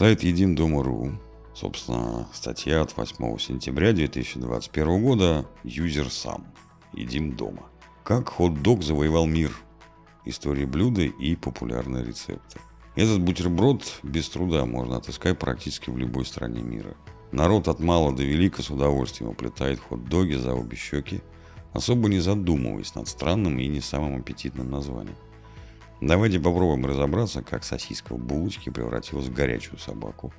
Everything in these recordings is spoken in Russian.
Сайт «Едим дома.ру». Собственно, статья от 8 сентября 2021 года. Юзер сам. Едим дома. Как хот-дог завоевал мир. Истории блюда и популярные рецепты. Этот бутерброд без труда можно отыскать практически в любой стране мира. Народ от мала до велика с удовольствием уплетает хот-доги за обе щеки, особо не задумываясь над странным и не самым аппетитным названием. Давайте попробуем разобраться, как сосиска в булочке превратилась в горячую собаку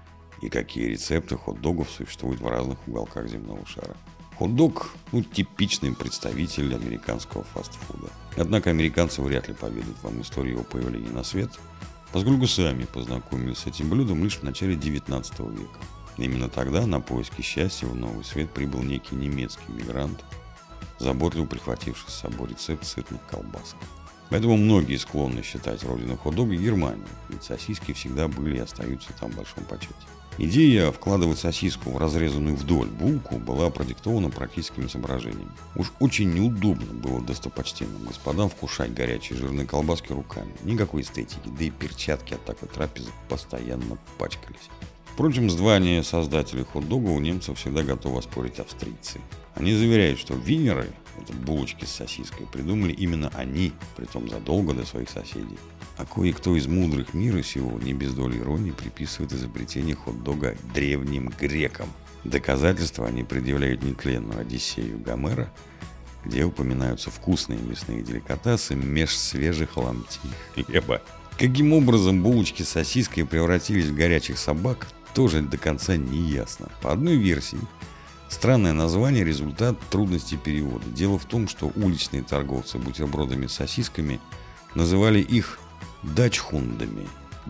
и какие рецепты хот-догов существуют в разных уголках земного шара. Хот-дог – типичный представитель американского фастфуда. Однако американцы вряд ли поведают вам историю его появления на свет, поскольку сами познакомились с этим блюдом лишь в начале 19 века. Именно тогда на поиски счастья в новый свет прибыл некий немецкий мигрант, заботливо прихвативший с собой рецепт сытных колбасок. Поэтому многие склонны считать родиной хот-дога Германию, ведь сосиски всегда были и остаются там в большом почете. Идея вкладывать сосиску в разрезанную вдоль булку была продиктована практическими соображениями. Уж очень неудобно было достопочтенным господам вкушать горячие жирные колбаски руками. Никакой эстетики, да и перчатки от такой трапезы постоянно пачкались. Впрочем, звание создателей хот-дога у немцев всегда готовы оспорить австрийцы. Они заверяют, что винеры, это булочки с сосиской, придумали именно они, притом задолго до своих соседей. А кое-кто из мудрых мира сего не без доли иронии приписывает изобретение хот-дога древним грекам. Доказательства они предъявляют нетленную Одиссею Гомера, где упоминаются вкусные мясные деликатесы меж свежих ломтей хлеба. Каким образом булочки с сосиской превратились в горячих собак, тоже до конца не ясно. По одной версии, странное название – результат трудностей перевода. Дело в том, что уличные торговцы бутербродами с сосисками называли их дачхундами.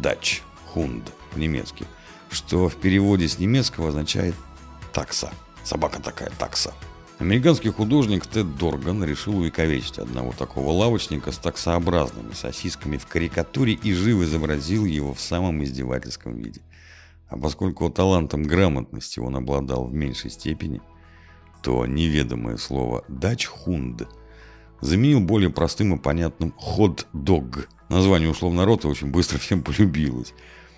Дачхунд по-немецки, что в переводе с немецкого означает такса. Собака такая такса. Американский художник Тед Дорган решил увековечить одного такого лавочника с таксообразными сосисками в карикатуре и живо изобразил его в самом издевательском виде. А поскольку талантом грамотности он обладал в меньшей степени, то неведомое слово «дачхунд» заменил более простым и понятным «хот-дог». Название ушло в народ и очень быстро всем полюбилось.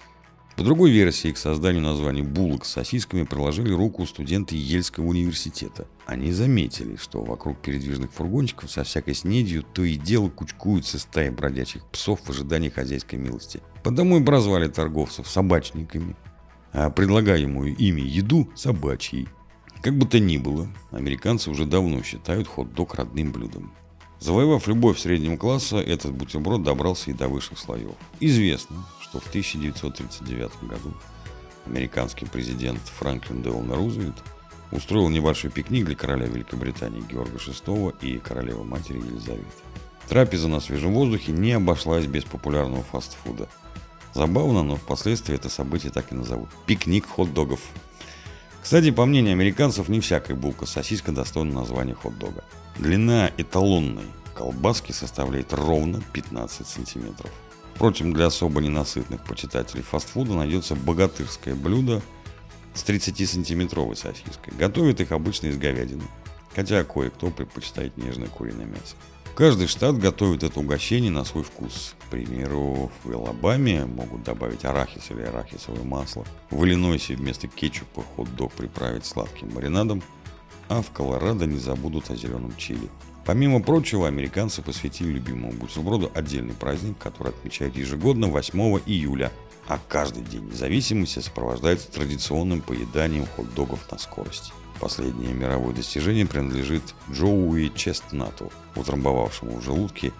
По другой версии, к созданию названия булок с сосисками приложили руку студенты Ельского университета. Они заметили, что вокруг передвижных фургончиков со всякой снедью то и дело кучкуются стаи бродячих псов в ожидании хозяйской милости. Потому и прозвали торговцев собачниками, а предлагаемую ими еду собачьей. Как бы то ни было, американцы уже давно считают хот-дог родным блюдом. Завоевав любовь среднего класса, этот бутерброд добрался и до высших слоев. Известно, что в 1939 году американский президент Франклин Делано Рузвельт устроил небольшой пикник для короля Великобритании Георга VI и королевы-матери Елизаветы. Трапеза на свежем воздухе не обошлась без популярного фастфуда. Забавно, но впоследствии это событие так и назовут – пикник хот-догов. Кстати, по мнению американцев, не всякая булка с сосиской достойна названия хот-дога. Длина эталонной колбаски составляет ровно 15 сантиметров. Впрочем, для особо ненасытных почитателей фастфуда найдется богатырское блюдо с 30-сантиметровой сосиской. Готовят их обычно из говядины, хотя кое-кто предпочитает нежное куриное мясо. Каждый штат готовит это угощение на свой вкус. К примеру, в Алабаме могут добавить арахис или арахисовое масло. В Иллинойсе вместо кетчупа хот-дог приправить сладким маринадом, а в Колорадо не забудут о зеленом чили. Помимо прочего, американцы посвятили любимому бутерброду отдельный праздник, который отмечают ежегодно 8 июля. А каждый день независимости сопровождается традиционным поеданием хот-догов на скорости. Последнее мировое достижение принадлежит Джоуи Честнату, утрамбовавшему в желудке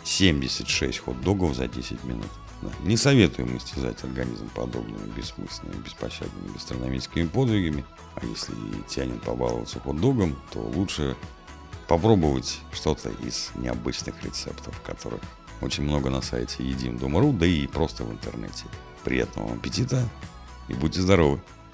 76 хот-догов за 10 минут. Не советуем истязать организм подобными бессмысленными, беспощадными гастрономическими подвигами. А если и тянет побаловаться хот-догом, то лучше попробовать что-то из необычных рецептов, которых очень много на сайте Едим дома.ру, да и просто в интернете. Приятного вам аппетита и будьте здоровы!